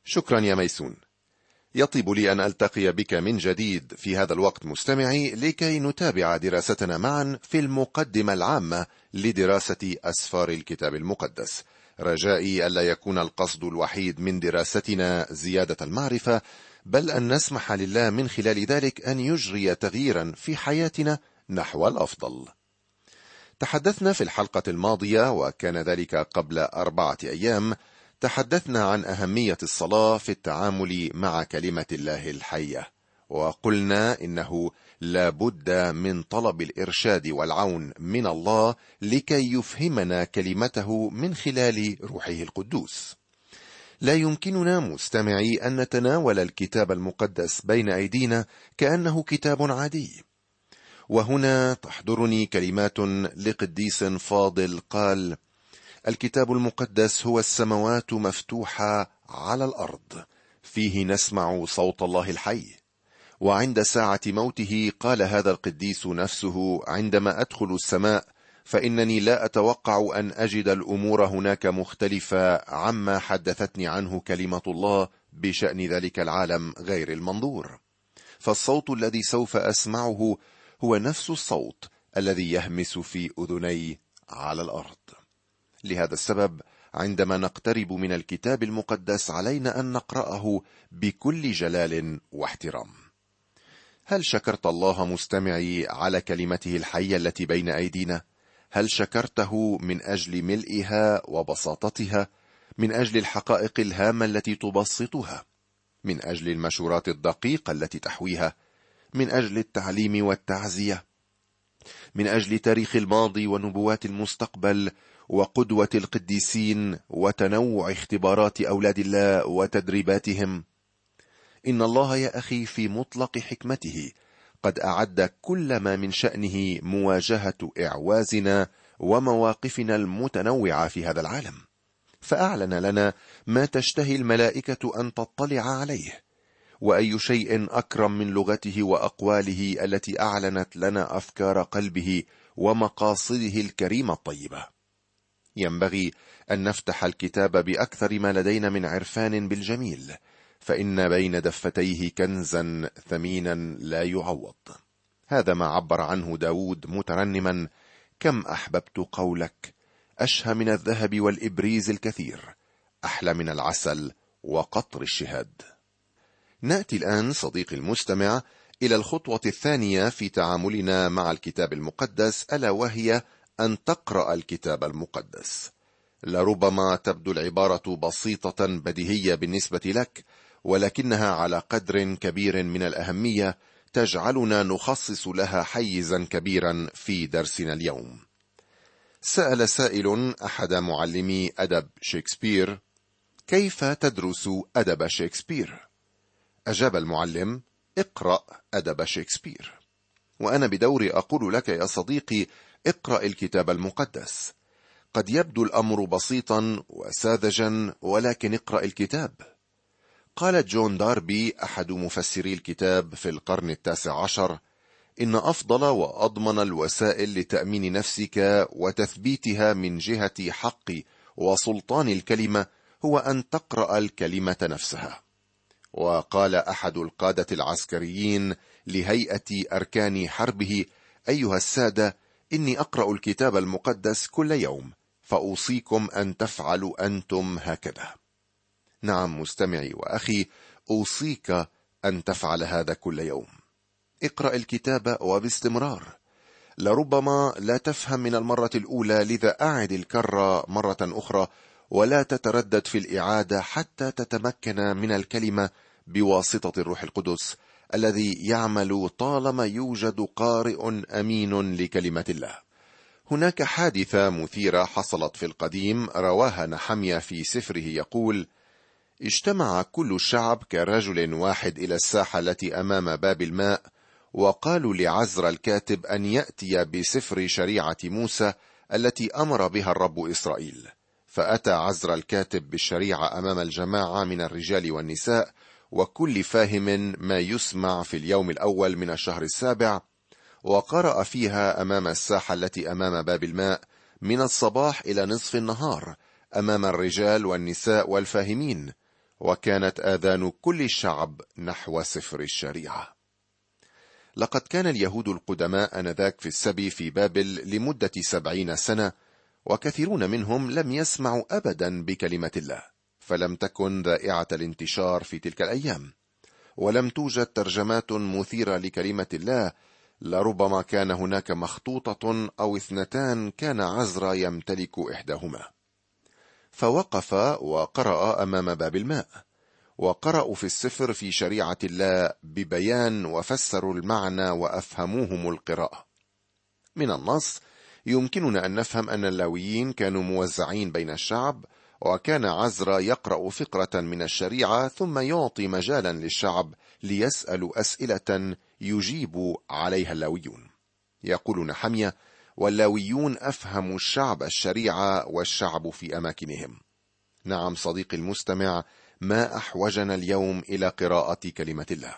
شكرا يا ميسون. يطيب لي أن ألتقي بك من جديد في هذا الوقت مستمعي، لكي نتابع دراستنا معا في المقدمة العامة لدراسة أسفار الكتاب المقدس. رجائي ألا يكون القصد الوحيد من دراستنا زيادة المعرفة، بل أن نسمح لله من خلال ذلك أن يجري تغييرا في حياتنا نحو الأفضل. تحدثنا في الحلقة الماضية، وكان ذلك قبل 4 أيام، تحدثنا عن أهمية الصلاة في التعامل مع كلمة الله الحية، وقلنا إنه لا بد من طلب الإرشاد والعون من الله لكي يفهمنا كلمته من خلال روحه القدوس. لا يمكننا مستمعي أن نتناول الكتاب المقدس بين أيدينا كأنه كتاب عادي. وهنا تحضرني كلمات لقديس فاضل قال: الكتاب المقدس هو السماوات مفتوحة على الأرض، فيه نسمع صوت الله الحي. وعند ساعة موته قال هذا القديس نفسه: عندما أدخل السماء فإنني لا أتوقع أن أجد الأمور هناك مختلفة عما حدثتني عنه كلمة الله بشأن ذلك العالم غير المنظور، فالصوت الذي سوف أسمعه هو نفس الصوت الذي يهمس في أذني على الأرض. لهذا السبب عندما نقترب من الكتاب المقدس علينا أن نقرأه بكل جلال واحترام. هل شكرت الله مستمعي على كلمته الحية التي بين أيدينا؟ هل شكرته من أجل ملئها وبساطتها، من أجل الحقائق الهامة التي تبسطها، من أجل المشورات الدقيقة التي تحويها، من أجل التعليم والتعزية، من أجل تاريخ الماضي ونبوات المستقبل وقدوة القديسين وتنوع اختبارات أولاد الله وتدريباتهم؟ إن الله يا أخي في مطلق حكمته قد أعد كل ما من شأنه مواجهة إعوازنا ومواقفنا المتنوعة في هذا العالم، فأعلن لنا ما تشتهي الملائكة أن تطلع عليه. وأي شيء أكرم من لغته وأقواله التي أعلنت لنا أفكار قلبه ومقاصده الكريمة الطيبة. ينبغي أن نفتح الكتاب بأكثر ما لدينا من عرفان بالجميل، فإن بين دفتيه كنزا ثمينا لا يعوض. هذا ما عبر عنه داود مترنما: كم أحببت قولك، أشهى من الذهب والإبريز الكثير، أحلى من العسل وقطر الشهاد. نأتي الآن صديقي المستمع إلى الخطوة الثانية في تعاملنا مع الكتاب المقدس، ألا وهي أن تقرأ الكتاب المقدس. لربما تبدو العبارة بسيطة بديهية بالنسبة لك، ولكنها على قدر كبير من الأهمية تجعلنا نخصص لها حيزا كبيرا في درسنا اليوم. سأل سائل أحد معلمي أدب شكسبير: كيف تدرس أدب شكسبير؟ أجاب المعلم: اقرأ أدب شكسبير. وأنا بدوري أقول لك يا صديقي: اقرأ الكتاب المقدس. قد يبدو الأمر بسيطا وساذجا، ولكن اقرأ الكتاب. قال جون داربي أحد مفسري الكتاب في القرن 19: إن أفضل وأضمن الوسائل لتأمين نفسك وتثبيتها من جهة حق وسلطان الكلمة هو أن تقرأ الكلمة نفسها. وقال أحد القادة العسكريين لهيئة أركان حربه: أيها السادة، إني أقرأ الكتاب المقدس كل يوم، فأوصيكم أن تفعلوا أنتم هكذا. نعم مستمعي وأخي، أوصيك أن تفعل هذا كل يوم. اقرأ الكتاب وباستمرار. لربما لا تفهم من المرة الأولى، لذا أعد الكرة مرة أخرى، ولا تتردد في الإعادة حتى تتمكن من الكلمة بواسطة الروح القدس الذي يعمل طالما يوجد قارئ أمين لكلمة الله. هناك حادثة مثيرة حصلت في القديم رواها نحميا في سفره، يقول: اجتمع كل الشعب كرجل واحد إلى الساحة التي أمام باب الماء، وقالوا لعزرا الكاتب أن يأتي بسفر شريعة موسى التي أمر بها الرب إسرائيل. فأتى عزرا الكاتب بالشريعة أمام الجماعة من الرجال والنساء وكل فاهم ما يسمع في اليوم الأول من الشهر السابع، وقرأ فيها أمام الساحة التي أمام باب الماء من الصباح إلى نصف النهار أمام الرجال والنساء والفاهمين، وكانت آذان كل الشعب نحو سفر الشريعة. لقد كان اليهود القدماء آنذاك في السبي في بابل لمدة 70 سنة، وكثيرون منهم لم يسمعوا أبدا بكلمة الله، فلم تكن ذائعة الانتشار في تلك الأيام، ولم توجد ترجمات مثيرة لكلمة الله. لربما كان هناك مخطوطة أو 2 كان عزرا يمتلك إحداهما. فوقف وقرأ أمام باب الماء، وقرأوا في السفر في شريعة الله ببيان، وفسروا المعنى وأفهموهم القراءة. من النص يمكننا أن نفهم أن اللاويين كانوا موزعين بين الشعب، وكان عزرا يقرأ فقرة من الشريعة ثم يعطي مجالا للشعب ليسألوا أسئلة يجيب عليها اللاويون. يقول نحمية: واللاويون أفهموا الشعب الشريعة والشعب في أماكنهم. نعم صديقي المستمع، ما أحوجنا اليوم إلى قراءة كلمة الله.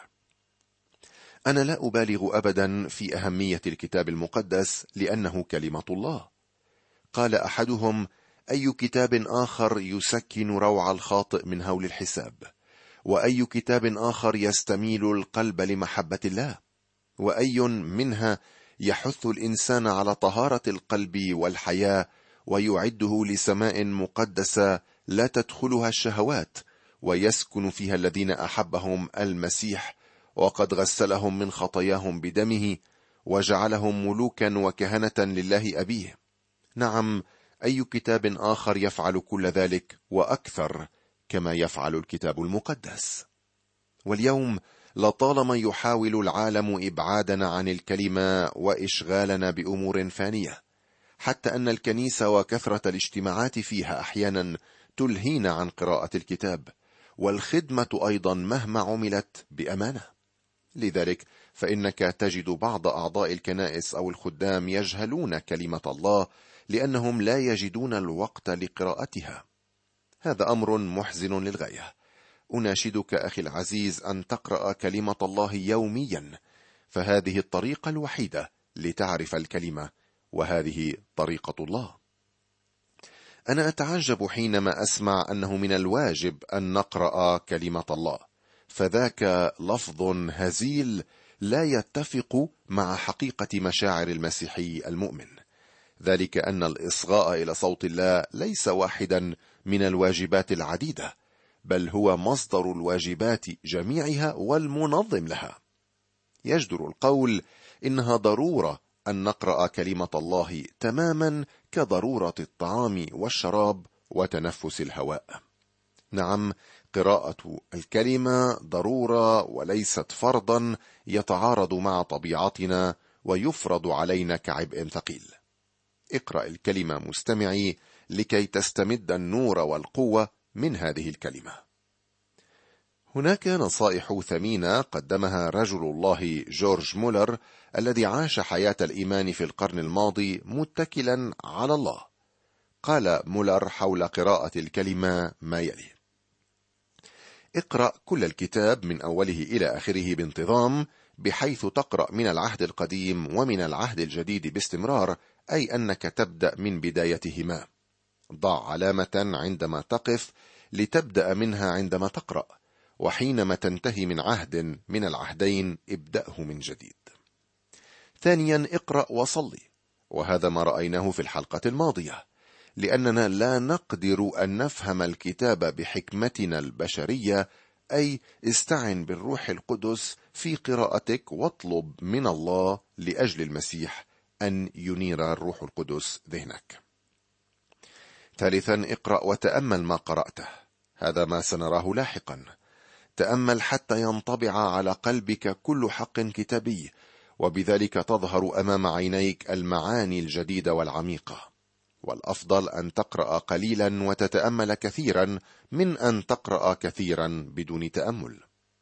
أنا لا أبالغ أبدا في أهمية الكتاب المقدس لأنه كلمة الله. قال أحدهم: أي كتاب آخر يسكن روع الخاطئ من هول الحساب؟ وأي كتاب آخر يستميل القلب لمحبة الله؟ وأي منها يحث الإنسان على طهارة القلب والحياة، ويعده لسماء مقدسة لا تدخلها الشهوات، ويسكن فيها الذين أحبهم المسيح، وقد غسلهم من خطاياهم بدمه، وجعلهم ملوكا وكهنة لله أبيه. نعم، أي كتاب آخر يفعل كل ذلك وأكثر كما يفعل الكتاب المقدس؟ واليوم لطالما يحاول العالم إبعادنا عن الكلمة وإشغالنا بأمور فانية، حتى أن الكنيسة وكثرة الاجتماعات فيها أحيانا تلهينا عن قراءة الكتاب، والخدمة أيضا مهما عملت بأمانة. لذلك فإنك تجد بعض أعضاء الكنائس أو الخدام يجهلون كلمة الله لأنهم لا يجدون الوقت لقراءتها. هذا أمر محزن للغاية. أناشدك أخي العزيز أن تقرأ كلمة الله يوميا، فهذه الطريقة الوحيدة لتعرف الكلمة، وهذه طريقة الله. أنا أتعجب حينما أسمع أنه من الواجب أن نقرأ كلمة الله، فذاك لفظ هزيل لا يتفق مع حقيقة مشاعر المسيحي المؤمن، ذلك أن الإصغاء إلى صوت الله ليس واحدا من الواجبات العديدة، بل هو مصدر الواجبات جميعها والمنظم لها. يجدر القول إنها ضرورة أن نقرأ كلمة الله تماما كضرورة الطعام والشراب وتنفس الهواء. نعم، قراءة الكلمة ضرورة وليست فرضا يتعارض مع طبيعتنا ويفرض علينا كعبء ثقيل. اقرأ الكلمة مستمعي لكي تستمد النور والقوة من هذه الكلمة. هناك نصائح ثمينة قدمها رجل الله جورج مولر الذي عاش حياة الإيمان في القرن الماضي متكلا على الله. قال مولر حول قراءة الكلمة ما يلي: اقرأ كل الكتاب من أوله إلى آخره بانتظام، بحيث تقرأ من العهد القديم ومن العهد الجديد باستمرار، أي أنك تبدأ من بدايتهما. ضع علامة عندما تقف لتبدأ منها عندما تقرأ، وحينما تنتهي من عهد من العهدين ابدأه من جديد. ثانيا، اقرأ وصلي، وهذا ما رأيناه في الحلقة الماضية، لأننا لا نقدر أن نفهم الكتاب بحكمتنا البشرية، أي استعن بالروح القدس في قراءتك واطلب من الله لأجل المسيح أن ينير الروح القدس ذهنك. ثالثا، اقرأ وتأمل ما قرأته، هذا ما سنراه لاحقا. تأمل حتى ينطبع على قلبك كل حق كتابي، وبذلك تظهر أمام عينيك المعاني الجديدة والعميقة. والأفضل أن تقرأ قليلا وتتأمل كثيرا من أن تقرأ كثيرا بدون تأمل.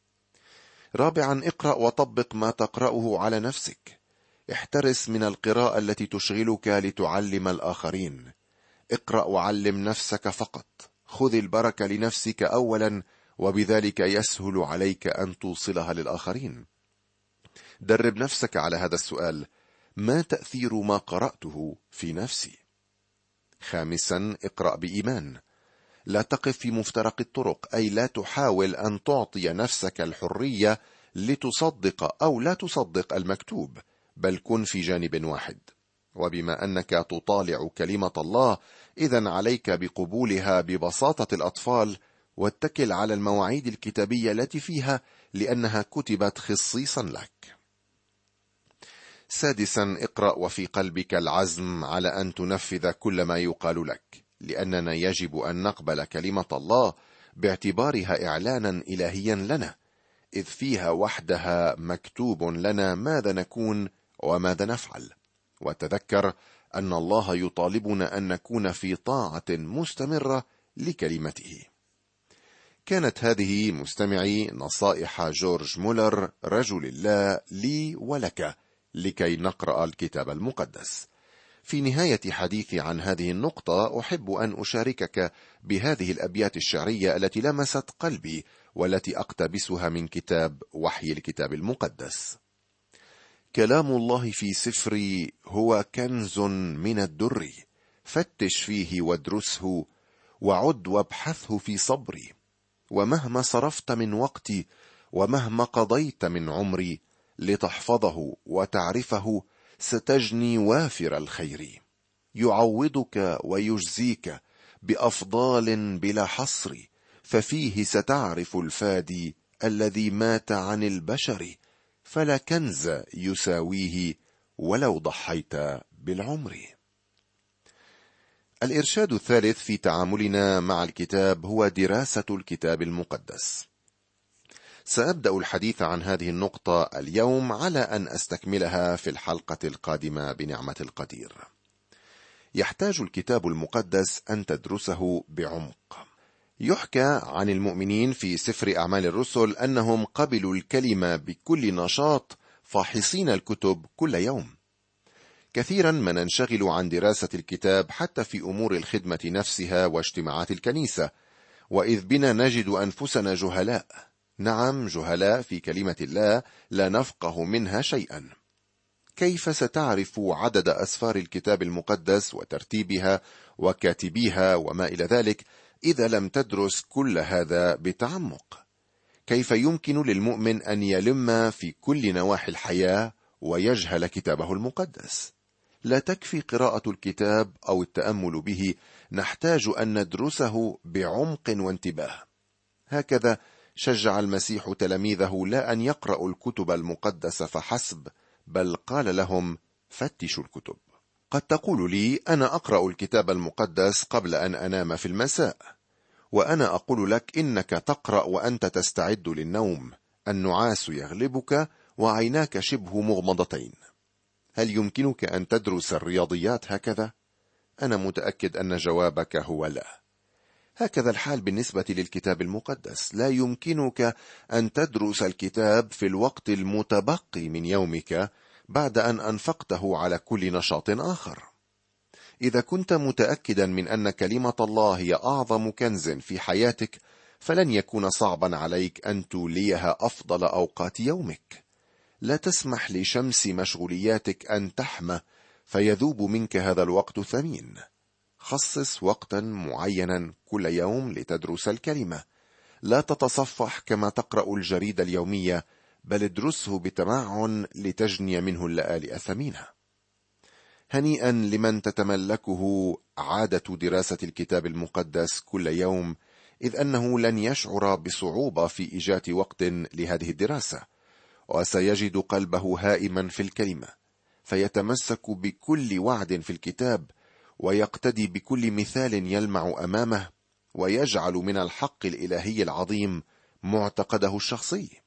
رابعا، اقرأ وطبق ما تقرأه على نفسك. احترس من القراءة التي تشغلك لتعلم الآخرين. اقرأ وعلم نفسك فقط، خذ البركة لنفسك أولا، وبذلك يسهل عليك أن توصلها للآخرين. درب نفسك على هذا السؤال: ما تأثير ما قرأته في نفسي؟ خامسا، اقرأ بإيمان. لا تقف في مفترق الطرق، أي لا تحاول أن تعطي نفسك الحرية لتصدق أو لا تصدق المكتوب، بل كن في جانب واحد. وبما أنك تطالع كلمة الله، إذن عليك بقبولها ببساطة الأطفال، واتكل على المواعيد الكتابية التي فيها، لأنها كتبت خصيصا لك. سادسا، اقرأ وفي قلبك العزم على أن تنفذ كل ما يقال لك، لأننا يجب أن نقبل كلمة الله باعتبارها إعلانا إلهيا لنا، إذ فيها وحدها مكتوب لنا ماذا نكون وماذا نفعل. وتذكر أن الله يطالبنا أن نكون في طاعة مستمرة لكلمته. كانت هذه مستمعي نصائح جورج مولر رجل الله لي ولك لكي نقرأ الكتاب المقدس. في نهاية حديثي عن هذه النقطة أحب أن أشاركك بهذه الأبيات الشعرية التي لمست قلبي، والتي أقتبسها من كتاب وحي الكتاب المقدس. كلام الله في سفري هو كنز من الدر، فتش فيه وادرسه وعد وابحثه في صبري، ومهما صرفت من وقتي ومهما قضيت من عمري، لتحفظه وتعرفه ستجني وافر الخير، يعوضك ويجزيك بأفضال بلا حصر، ففيه ستعرف الفادي الذي مات عن البشر، فلا كنز يساويه ولو ضحيت بالعمر. الإرشاد الثالث في تعاملنا مع الكتاب هو دراسة الكتاب المقدس. سأبدأ الحديث عن هذه النقطة اليوم على أن أستكملها في الحلقة القادمة بنعمة القدير. يحتاج الكتاب المقدس أن تدرسه بعمق. يحكى عن المؤمنين في سفر أعمال الرسل أنهم قبلوا الكلمة بكل نشاط، فاحصين الكتب كل يوم. كثيرا ما ننشغل عن دراسة الكتاب حتى في أمور الخدمة نفسها واجتماعات الكنيسة، وإذ بنا نجد أنفسنا جهلاء. نعم، جهلاء في كلمة الله لا نفقه منها شيئا. كيف ستعرف عدد أسفار الكتاب المقدس وترتيبها وكاتبيها وما إلى ذلك إذا لم تدرس كل هذا بتعمق؟ كيف يمكن للمؤمن أن يلم في كل نواحي الحياة ويجهل كتابه المقدس؟ لا تكفي قراءة الكتاب أو التأمل به، نحتاج أن ندرسه بعمق وانتباه. هكذا شجع المسيح تلاميذه لا أن يقرأوا الكتب المقدسة فحسب، بل قال لهم: فتشوا الكتب. قد تقول لي: أنا أقرأ الكتاب المقدس قبل أن أنام في المساء. وأنا أقول لك: إنك تقرأ وأنت تستعد للنوم، النعاس يغلبك وعيناك شبه مغمضتين. هل يمكنك أن تدرس الرياضيات هكذا؟ أنا متأكد أن جوابك هو لا. هكذا الحال بالنسبة للكتاب المقدس. لا يمكنك أن تدرس الكتاب في الوقت المتبقي من يومك بعد أن أنفقته على كل نشاط آخر. إذا كنت متأكدا من أن كلمة الله هي أعظم كنز في حياتك، فلن يكون صعبا عليك أن توليها أفضل أوقات يومك. لا تسمح لشمس مشغولياتك أن تحمى فيذوب منك هذا الوقت الثمين. خصص وقتا معينا كل يوم لتدرس الكلمة. لا تتصفح كما تقرأ الجريدة اليومية، بل ادرسه بتمعن لتجني منه اللآلئ الثمينة. هنيئا لمن تتملكه عادة دراسة الكتاب المقدس كل يوم، إذ أنه لن يشعر بصعوبة في إيجاد وقت لهذه الدراسة، وسيجد قلبه هائما في الكلمة، فيتمسك بكل وعد في الكتاب، ويقتدي بكل مثال يلمع أمامه، ويجعل من الحق الإلهي العظيم معتقده الشخصي.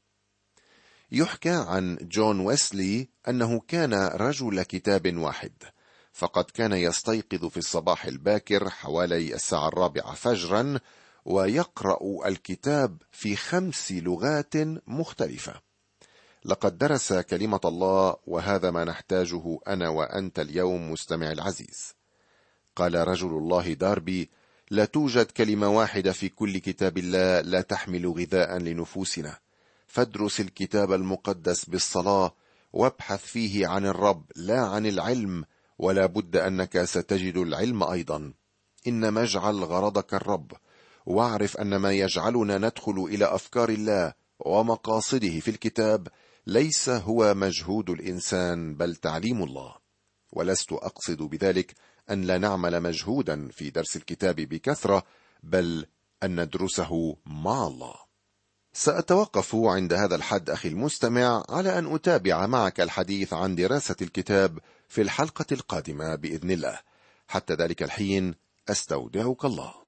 يحكى عن جون ويسلي أنه كان رجل كتاب واحد، فقد كان يستيقظ في الصباح الباكر حوالي الساعة 4 فجرا ويقرأ الكتاب في 5 لغات مختلفة. لقد درس كلمة الله، وهذا ما نحتاجه أنا وأنت اليوم مستمع العزيز. قال رجل الله داربي: لا توجد كلمة واحدة في كل كتاب الله لا تحمل غذاء لنفوسنا، فادرس الكتاب المقدس بالصلاة، وابحث فيه عن الرب لا عن العلم، ولا بد أنك ستجد العلم أيضا. إنما اجعل غرضك الرب، واعرف أن ما يجعلنا ندخل إلى أفكار الله ومقاصده في الكتاب ليس هو مجهود الإنسان بل تعليم الله. ولست أقصد بذلك أن لا نعمل مجهودا في درس الكتاب بكثرة، بل أن ندرسه مع الله. سأتوقف عند هذا الحد أخي المستمع على أن أتابع معك الحديث عن دراسة الكتاب في الحلقة القادمة بإذن الله. حتى ذلك الحين أستودعك الله.